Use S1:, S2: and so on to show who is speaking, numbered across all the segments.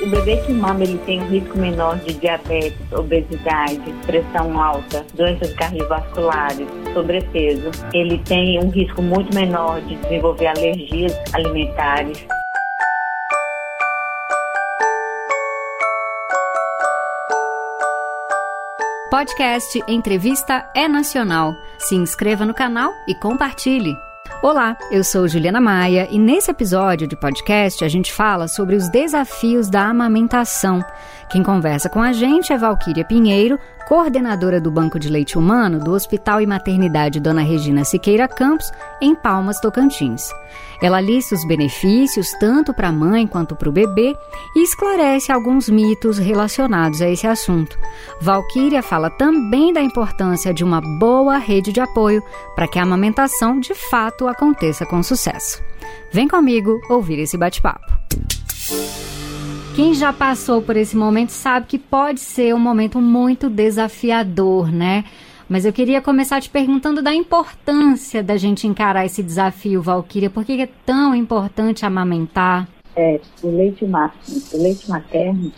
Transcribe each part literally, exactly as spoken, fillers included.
S1: O bebê que mama, ele tem um risco menor de diabetes, obesidade, pressão alta, doenças cardiovasculares, sobrepeso. Ele tem um risco muito menor de desenvolver alergias alimentares.
S2: Podcast Entrevista é Nacional. Se inscreva no canal e compartilhe. Olá, eu sou Juliana Maia e nesse episódio de podcast a gente fala sobre os desafios da amamentação. Quem conversa com a gente é Valquíria Pinheiro, coordenadora do Banco de Leite Humano do Hospital e Maternidade Dona Regina Siqueira Campos, em Palmas, Tocantins. Ela lista os benefícios tanto para a mãe quanto para o bebê e esclarece alguns mitos relacionados a esse assunto. Valquíria fala também da importância de uma boa rede de apoio para que a amamentação de fato aconteça com sucesso. Vem comigo ouvir esse bate-papo. Quem já passou por esse momento sabe que pode ser um momento muito desafiador, né? Mas eu queria começar te perguntando da importância da gente encarar esse desafio, Valquíria. Por que é tão importante amamentar?
S1: É, o leite, o leite materno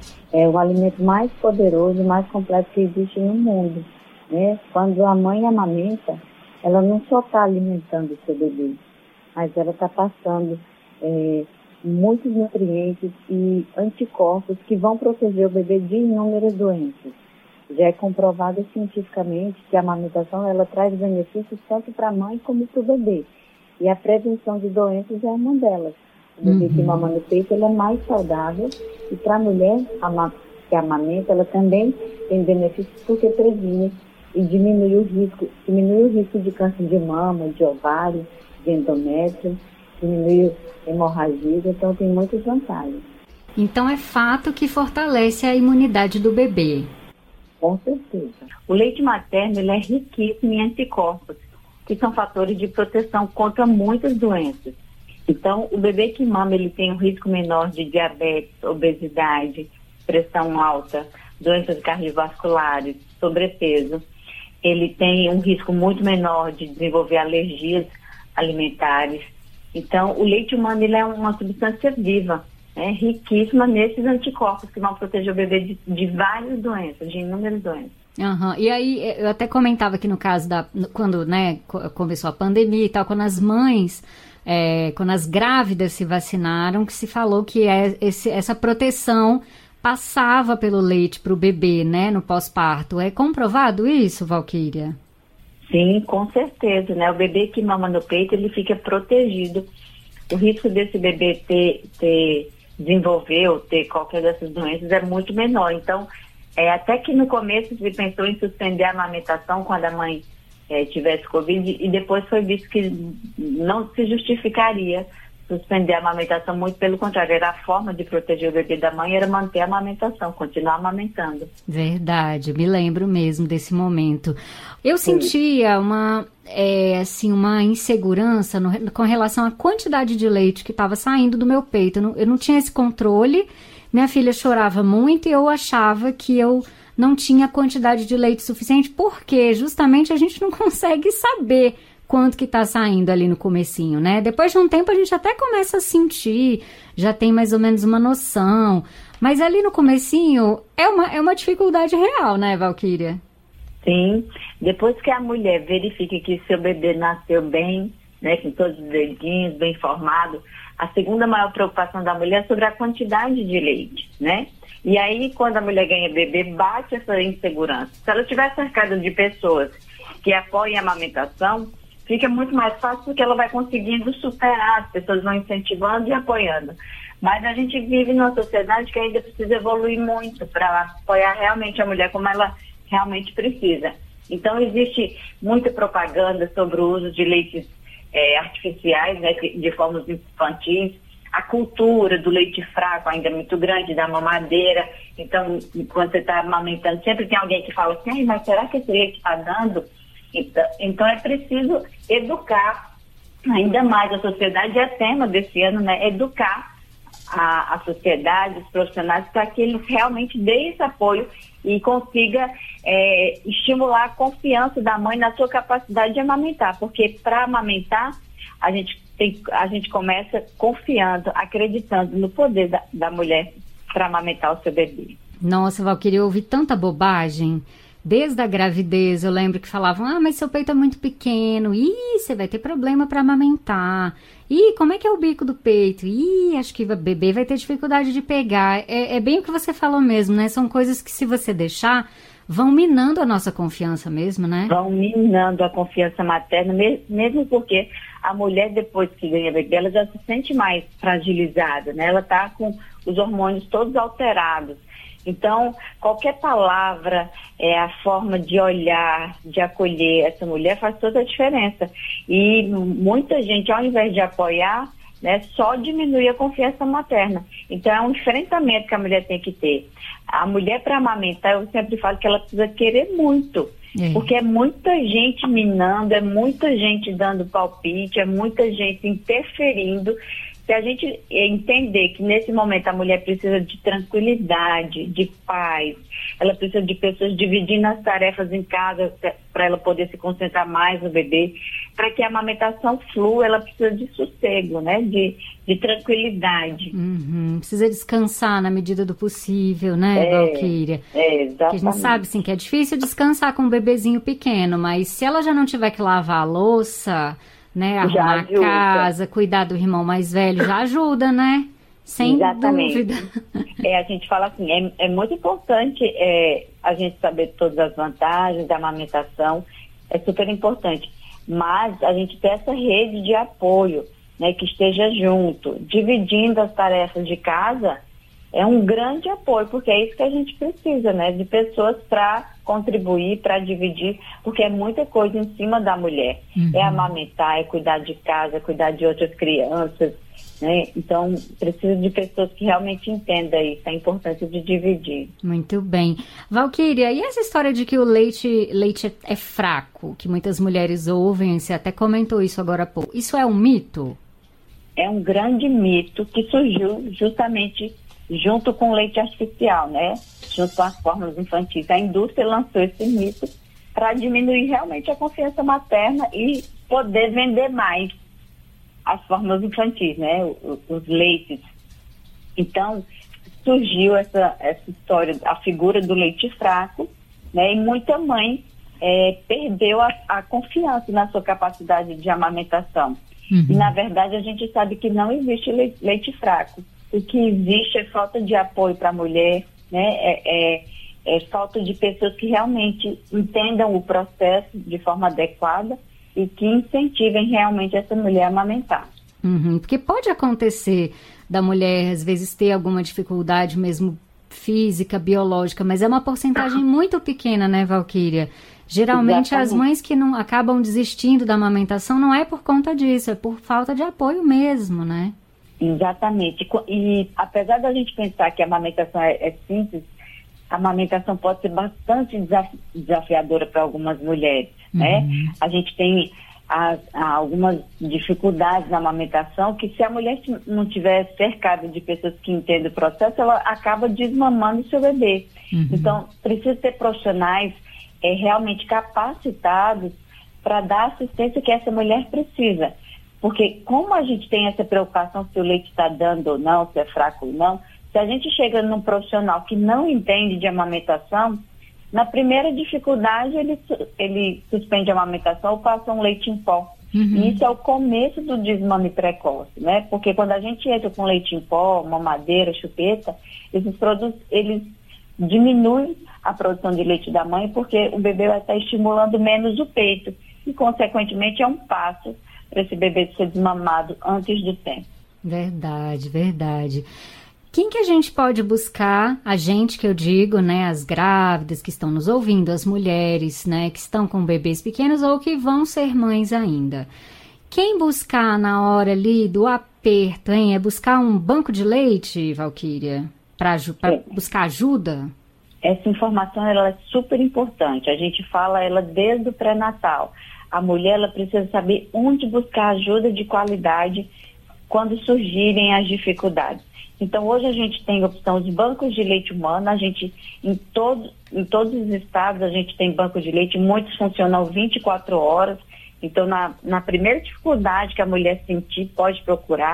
S1: é o alimento mais poderoso e mais completo que existe no mundo, né? Quando a mãe amamenta, ela não só está alimentando o seu bebê, mas ela está passando é, muitos nutrientes e anticorpos que vão proteger o bebê de inúmeras doenças. Já é comprovado cientificamente que a amamentação ela traz benefícios tanto para a mãe como para o bebê. E a prevenção de doenças é uma delas. O bebê uhum. que mama no peito ele é mais saudável e para a mulher que amamenta ela também tem benefícios porque previne e diminui o risco, diminui o risco de câncer de mama, de ovário, de endométrio, diminui hemorragia, então tem muitas vantagens.
S2: Então é fato que fortalece a imunidade do bebê.
S1: Com certeza. O leite materno ele é riquíssimo em anticorpos, que são fatores de proteção contra muitas doenças. Então, o bebê que mama ele tem um risco menor de diabetes, obesidade, pressão alta, doenças cardiovasculares, sobrepeso. Ele tem um risco muito menor de desenvolver alergias alimentares. Então, o leite humano ele é uma substância viva, né, riquíssima nesses anticorpos que vão proteger o bebê de, de várias doenças, de inúmeras doenças.
S2: Uhum. E aí, eu até comentava aqui no caso da, quando, né, começou a pandemia e tal, quando as mães, é, quando as grávidas se vacinaram, que se falou que é esse, essa proteção passava pelo leite para o bebê, né, no pós-parto. É comprovado isso, Valquíria?
S1: Sim, com certeza, né? O bebê que mama no peito, ele fica protegido. O risco desse bebê ter, ter desenvolver ou ter qualquer dessas doenças é muito menor. Então, é, até que no começo se pensou em suspender a amamentação quando a mãe é, tivesse Covid e depois foi visto que não se justificaria suspender a amamentação, muito pelo contrário, era a forma de proteger o bebê da mãe, era manter a amamentação, continuar amamentando.
S2: Verdade, me lembro mesmo desse momento. Eu Sim. sentia uma, é, assim, uma insegurança no, com relação à quantidade de leite que estava saindo do meu peito. Eu não, eu não tinha esse controle, minha filha chorava muito e eu achava que eu não tinha quantidade de leite suficiente, porque justamente a gente não consegue saber quanto que tá saindo ali no comecinho, né? Depois de um tempo a gente até começa a sentir, já tem mais ou menos uma noção, mas ali no comecinho é uma, é uma dificuldade real, né, Valquíria?
S1: Sim, depois que a mulher verifica que seu bebê nasceu bem, né, com todos os dedinhos, bem formado, a segunda maior preocupação da mulher é sobre a quantidade de leite, né? E aí, quando a mulher ganha bebê, bate essa insegurança. Se ela estiver cercada de pessoas que apoiem a amamentação, fica muito mais fácil porque ela vai conseguindo superar, as pessoas vão incentivando e apoiando. Mas a gente vive numa sociedade que ainda precisa evoluir muito para apoiar realmente a mulher como ela realmente precisa. Então existe muita propaganda sobre o uso de leites é, artificiais, né, de formas infantis. A cultura do leite fraco ainda é muito grande, da mamadeira. Então, quando você está amamentando, sempre tem alguém que fala assim, mas será que esse leite está dando? Então é preciso educar ainda mais a sociedade, é tema desse ano, né? Educar a, a sociedade, os profissionais, para que eles realmente deem esse apoio e consiga é, estimular a confiança da mãe na sua capacidade de amamentar, porque para amamentar a gente, tem, a gente começa confiando, acreditando no poder da, da mulher para amamentar o seu bebê.
S2: Nossa, Valquíria, eu ouvi tanta bobagem. Desde a gravidez, eu lembro que falavam, ah, mas seu peito é muito pequeno, ih, você vai ter problema para amamentar, ih, como é que é o bico do peito, ih, acho que o bebê vai ter dificuldade de pegar. É, é bem o que você falou mesmo, né? São coisas que, se você deixar, vão minando a nossa confiança mesmo, né?
S1: Vão minando a confiança materna, mesmo porque a mulher, depois que ganha bebê, ela já se sente mais fragilizada, né? Ela tá com os hormônios todos alterados. Então, qualquer palavra, é, a forma de olhar, de acolher essa mulher faz toda a diferença. E muita gente, ao invés de apoiar, né, só diminui a confiança materna. Então, é um enfrentamento que a mulher tem que ter. A mulher, para amamentar, eu sempre falo que ela precisa querer muito. É. Porque é muita gente minando, é muita gente dando palpite, é muita gente interferindo. Se a gente entender que nesse momento a mulher precisa de tranquilidade, de paz, ela precisa de pessoas dividindo as tarefas em casa para ela poder se concentrar mais no bebê, para que a amamentação flua, ela precisa de sossego, né? De, de tranquilidade.
S2: Uhum. Precisa descansar na medida do possível, né,
S1: é,
S2: Valquíria?
S1: É, exatamente.
S2: Porque a gente sabe, sim, que é difícil descansar com um bebezinho pequeno, mas se ela já não tiver que lavar a louça, né, arrumar a casa, cuidar do irmão mais velho, já ajuda, né? Sem
S1: Exatamente.
S2: dúvida.
S1: É, a gente fala assim, é, é muito importante é, a gente saber todas as vantagens da amamentação, é super importante, mas a gente ter essa rede de apoio, né, que esteja junto, dividindo as tarefas de casa, é um grande apoio, porque é isso que a gente precisa, né, de pessoas para contribuir, para dividir, porque é muita coisa em cima da mulher. Uhum. É amamentar, é cuidar de casa, é cuidar de outras crianças, né? Então, precisa de pessoas que realmente entendam isso, a importância de dividir.
S2: Muito bem. Valquíria, e essa história de que o leite, leite é fraco, que muitas mulheres ouvem, você até comentou isso agora há pouco, isso é um mito?
S1: É um grande mito que surgiu justamente junto com o leite artificial, né? Junto com as fórmulas infantis. A indústria lançou esse mito para diminuir realmente a confiança materna e poder vender mais as fórmulas infantis, né? Os, os leites. Então, surgiu essa, essa história, a figura do leite fraco, né? E muita mãe é, perdeu a, a confiança na sua capacidade de amamentação. Uhum. E, na verdade, a gente sabe que não existe leite, leite fraco. O que existe é falta de apoio para a mulher, né? É, é, é falta de pessoas que realmente entendam o processo de forma adequada e que incentivem realmente essa mulher a amamentar.
S2: Uhum, porque pode acontecer da mulher, às vezes, ter alguma dificuldade mesmo física, biológica, mas é uma porcentagem muito pequena, né, Valquíria? Geralmente, exatamente, as mães que não acabam desistindo da amamentação não é por conta disso, é por falta de apoio mesmo, né?
S1: Exatamente. E apesar da gente pensar que a amamentação é, é simples, a amamentação pode ser bastante desafi- desafiadora para algumas mulheres, uhum, né? A gente tem as, algumas dificuldades na amamentação que, se a mulher não tiver cercada de pessoas que entendem o processo, ela acaba desmamando o seu bebê. Uhum. Então, precisa ter profissionais é, realmente capacitados para dar a assistência que essa mulher precisa. Porque como a gente tem essa preocupação se o leite está dando ou não, se é fraco ou não, se a gente chega num profissional que não entende de amamentação, na primeira dificuldade ele, ele suspende a amamentação ou passa um leite em pó. Uhum. E isso é o começo do desmame precoce, né? Porque quando a gente entra com leite em pó, mamadeira, chupeta, esses produtos, eles diminuem a produção de leite da mãe, porque o bebê vai estar estimulando menos o peito. E, consequentemente, é um passo para esse bebê ser desmamado antes do tempo.
S2: Verdade, verdade. Quem que a gente pode buscar? A gente, que eu digo, né, as grávidas que estão nos ouvindo, as mulheres, né, que estão com bebês pequenos ou que vão ser mães ainda. Quem buscar na hora ali do aperto, hein? É buscar um banco de leite, Valquíria? Para é. buscar ajuda?
S1: Essa informação, ela é super importante. A gente fala ela desde o pré-natal. A mulher, ela precisa saber onde buscar ajuda de qualidade quando surgirem as dificuldades. Então, hoje a gente tem a opção de bancos de leite humano. A gente, em, todo, em todos os estados, a gente tem banco de leite. Muitos funcionam vinte e quatro horas. Então, na, na primeira dificuldade que a mulher sentir, pode procurar.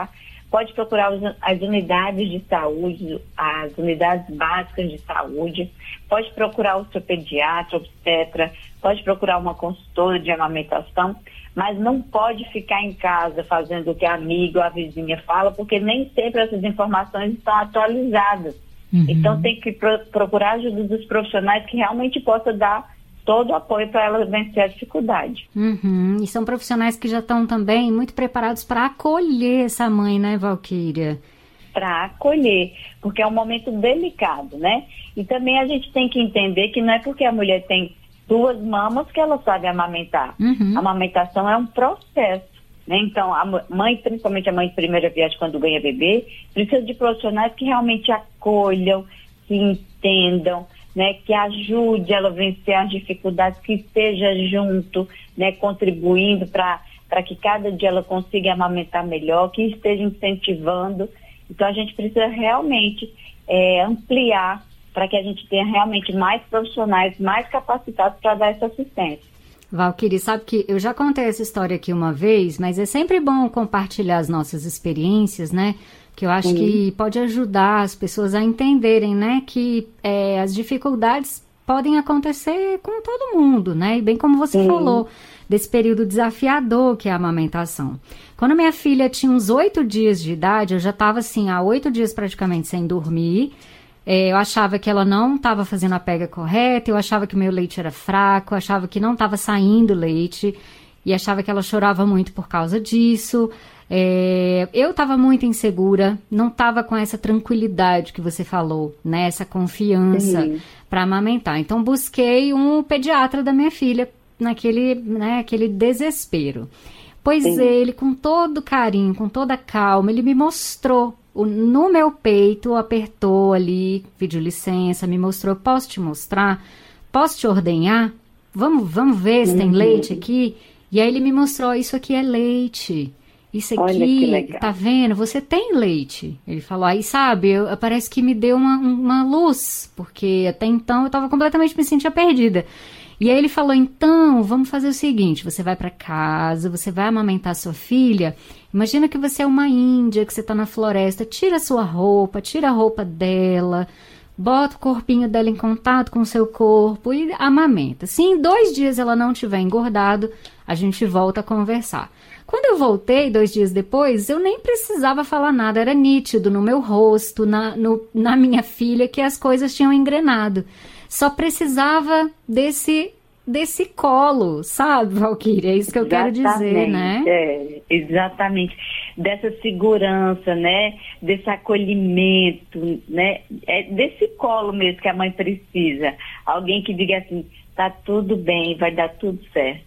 S1: pode procurar as unidades de saúde, as unidades básicas de saúde, pode procurar o seu pediatra, obstetra, pode procurar uma consultora de amamentação, mas não pode ficar em casa fazendo o que a amiga ou a vizinha fala, porque nem sempre essas informações estão atualizadas. Uhum. Então tem que pro- procurar a ajuda dos profissionais que realmente possam dar todo o apoio para ela vencer a dificuldade.
S2: Uhum. E são profissionais que já estão também muito preparados para acolher essa mãe, né, Valquíria?
S1: Para acolher, porque é um momento delicado, né? E também a gente tem que entender que não é porque a mulher tem duas mamas que ela sabe amamentar. Uhum. A amamentação é um processo, né? Então, a mãe, principalmente a mãe de primeira viagem, quando ganha bebê, precisa de profissionais que realmente acolham, que entendam, né, que ajude ela a vencer as dificuldades, que esteja junto, né, contribuindo para para que cada dia ela consiga amamentar melhor, que esteja incentivando. Então a gente precisa realmente é, ampliar para que a gente tenha realmente mais profissionais, mais capacitados para dar essa assistência.
S2: Valquíria, sabe que eu já contei essa história aqui uma vez, mas é sempre bom compartilhar as nossas experiências, né? Que eu acho uhum. que pode ajudar as pessoas a entenderem, né? Que é, as dificuldades podem acontecer com todo mundo, né? E bem como você uhum. falou, desse período desafiador que é a amamentação. Quando minha filha tinha uns oito dias de idade, eu já estava assim, há oito dias praticamente sem dormir. É, eu achava que ela não estava fazendo a pega correta, eu achava que meu leite era fraco, eu achava que não estava saindo leite e achava que ela chorava muito por causa disso. É, eu estava muito insegura, não estava com essa tranquilidade que você falou, né? Essa confiança para amamentar. Então, busquei um pediatra da minha filha naquele, né, aquele desespero. Pois Sim. ele, com todo carinho, com toda calma, ele me mostrou o, no meu peito, apertou ali, pediu licença, me mostrou, posso te mostrar? Posso te ordenhar? Vamos, vamos ver se uhum. tem leite aqui? E aí ele me mostrou, isso aqui é leite. Isso aqui, tá vendo? Você tem leite. Ele falou, aí sabe, eu, parece que me deu uma, uma luz, porque até então eu tava completamente me sentia perdida. E aí ele falou, então, vamos fazer o seguinte, você vai para casa, você vai amamentar sua filha, imagina que você é uma índia, que você tá na floresta, tira a sua roupa, tira a roupa dela, bota o corpinho dela em contato com o seu corpo e amamenta. Se em dois dias ela não tiver engordado, a gente volta a conversar. Quando eu voltei, dois dias depois, eu nem precisava falar nada, era nítido no meu rosto, na, no, na minha filha, que as coisas tinham engrenado. Só precisava desse, desse colo, sabe, Valquíria? É isso que eu exatamente, quero dizer, né?
S1: É, exatamente. Dessa segurança, né? Desse acolhimento, né? É desse colo mesmo que a mãe precisa. Alguém que diga assim, tá tudo bem, vai dar tudo certo.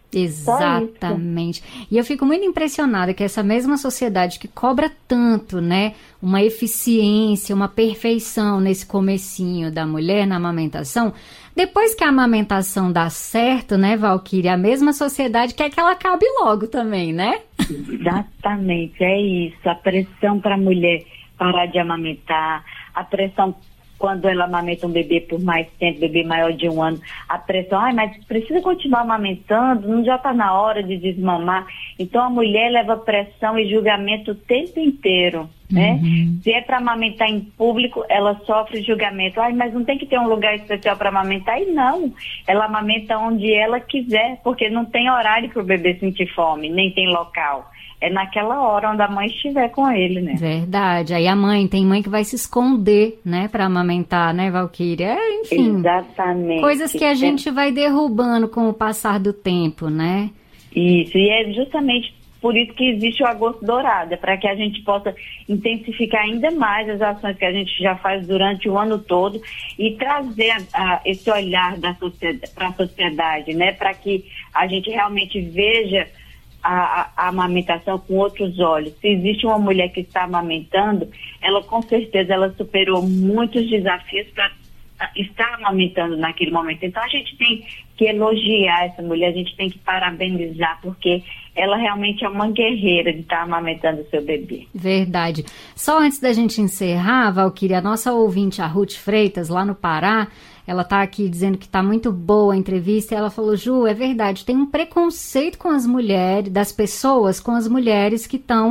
S2: Exatamente. E eu fico muito impressionada que essa mesma sociedade que cobra tanto, né, uma eficiência, uma perfeição nesse comecinho da mulher na amamentação, depois que a amamentação dá certo, né, Valquíria, a mesma sociedade quer que ela acabe logo também, né?
S1: Exatamente, é isso. A pressão para a mulher parar de amamentar, a pressão quando ela amamenta um bebê por mais tempo, bebê maior de um ano, a pressão, ai, mas precisa continuar amamentando, não já está na hora de desmamar. Então a mulher leva pressão e julgamento o tempo inteiro, né? Uhum. Se é para amamentar em público, ela sofre julgamento. Ai, mas não tem que ter um lugar especial para amamentar? E não, ela amamenta onde ela quiser, porque não tem horário para o bebê sentir fome, nem tem local. É naquela hora onde a mãe estiver com ele, né?
S2: Verdade. Aí a mãe, tem mãe que vai se esconder, né, para amamentar, né, Valquíria? Enfim.
S1: Exatamente.
S2: Coisas que a gente vai derrubando com o passar do tempo, né?
S1: Isso, e é justamente por isso que existe o Agosto Dourado, é para que a gente possa intensificar ainda mais as ações que a gente já faz durante o ano todo e trazer a, a, esse olhar da sociedade, para a sociedade, né, para que a gente realmente veja A, a, a amamentação com outros olhos. Se existe uma mulher que está amamentando, ela com certeza ela superou muitos desafios para estar amamentando naquele momento. Então a gente tem que elogiar essa mulher, a gente tem que parabenizar, porque ela realmente é uma guerreira de estar amamentando o seu bebê.
S2: Verdade. Só antes da gente encerrar, Valquíria, a nossa ouvinte, a Ruth Freitas, lá no Pará, ela tá aqui dizendo que tá muito boa a entrevista, e ela falou, Ju, é verdade, tem um preconceito com as mulheres, das pessoas com as mulheres que estão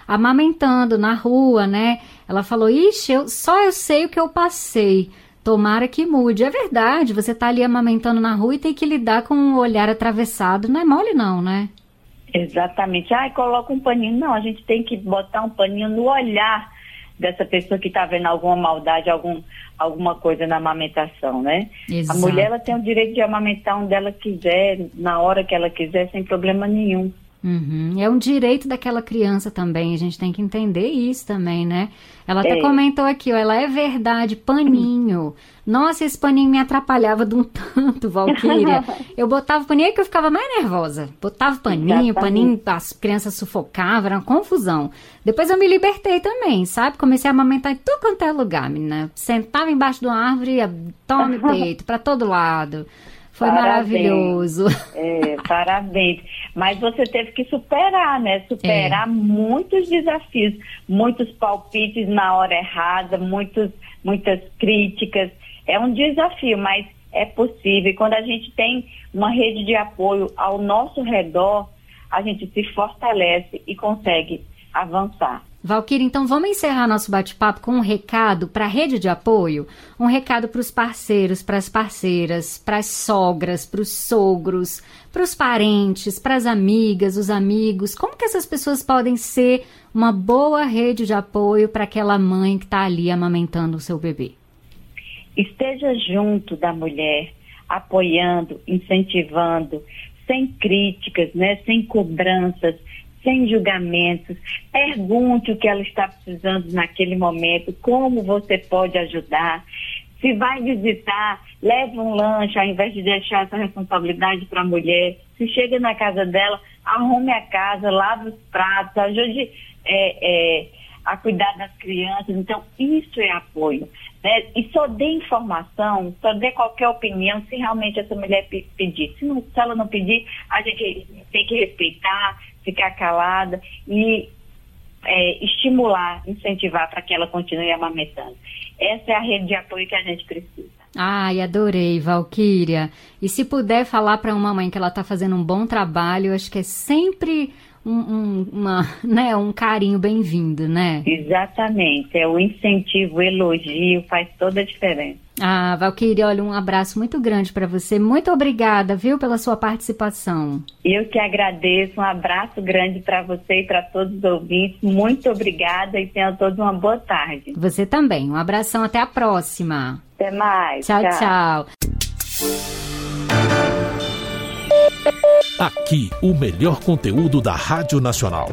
S2: amamentando na rua, né? Ela falou, ixi, eu, só eu sei o que eu passei. Tomara que mude. É verdade, você tá ali amamentando na rua e tem que lidar com um olhar atravessado. Não é mole não, né?
S1: Exatamente. Ai, coloca um paninho. Não, a gente tem que botar um paninho no olhar dessa pessoa que está vendo alguma maldade, algum, alguma coisa na amamentação, né? Exato. A mulher, ela tem o direito de amamentar onde ela quiser, na hora que ela quiser, sem problema nenhum.
S2: Uhum. É um direito daquela criança também, a gente tem que entender isso também, né? Ela até é. comentou aqui, ó, ela é verdade, paninho. Nossa, esse paninho me atrapalhava de um tanto, Valquíria. Eu botava paninho aí que eu ficava mais nervosa. Botava paninho, Exatamente. paninho, as crianças sufocavam, era uma confusão. Depois eu me libertei também, sabe? Comecei a amamentar em tudo quanto é lugar, menina. Sentava embaixo de uma árvore, tome peito, pra todo lado. Foi parabéns. Maravilhoso.
S1: É, parabéns. Mas você teve que superar, né? Superar é. muitos desafios, muitos palpites na hora errada, muitos, muitas críticas. É um desafio, mas é possível. E quando a gente tem uma rede de apoio ao nosso redor, a gente se fortalece e consegue avançar.
S2: Valquíria, então vamos encerrar nosso bate-papo com um recado para a rede de apoio, um recado para os parceiros, para as parceiras, para as sogras, para os sogros, para os parentes, para as amigas, os amigos. Como que essas pessoas podem ser uma boa rede de apoio para aquela mãe que está ali amamentando o seu bebê?
S1: Esteja junto da mulher, apoiando, incentivando, sem críticas, né, sem cobranças, sem julgamentos. Pergunte o que ela está precisando naquele momento, como você pode ajudar. Se vai visitar, leve um lanche ao invés de deixar essa responsabilidade para a mulher. Se chega na casa dela, arrume a casa, lave os pratos, ajude é, é, a cuidar das crianças. Então, isso é apoio, né? E só dê informação, só dê qualquer opinião se realmente essa mulher pedir. Se, não, se ela não pedir, a gente tem que respeitar, ficar calada e é, estimular, incentivar para que ela continue amamentando. Essa é a rede de apoio que a gente precisa.
S2: Ai, adorei, Valquíria. E se puder falar para uma mãe que ela está fazendo um bom trabalho, acho que é sempre um, um, uma, né, um carinho bem-vindo, né?
S1: Exatamente. É o incentivo, o elogio, faz toda a diferença.
S2: Ah, Valquíria, olha, um abraço muito grande para você. Muito obrigada, viu, pela sua participação.
S1: Eu que agradeço. Um abraço grande para você e para todos os ouvintes. Muito obrigada e tenham todos uma boa tarde.
S2: Você também. Um abração. Até a próxima.
S1: Até mais.
S2: Tchau, tchau. tchau.
S3: Aqui, o melhor conteúdo da Rádio Nacional.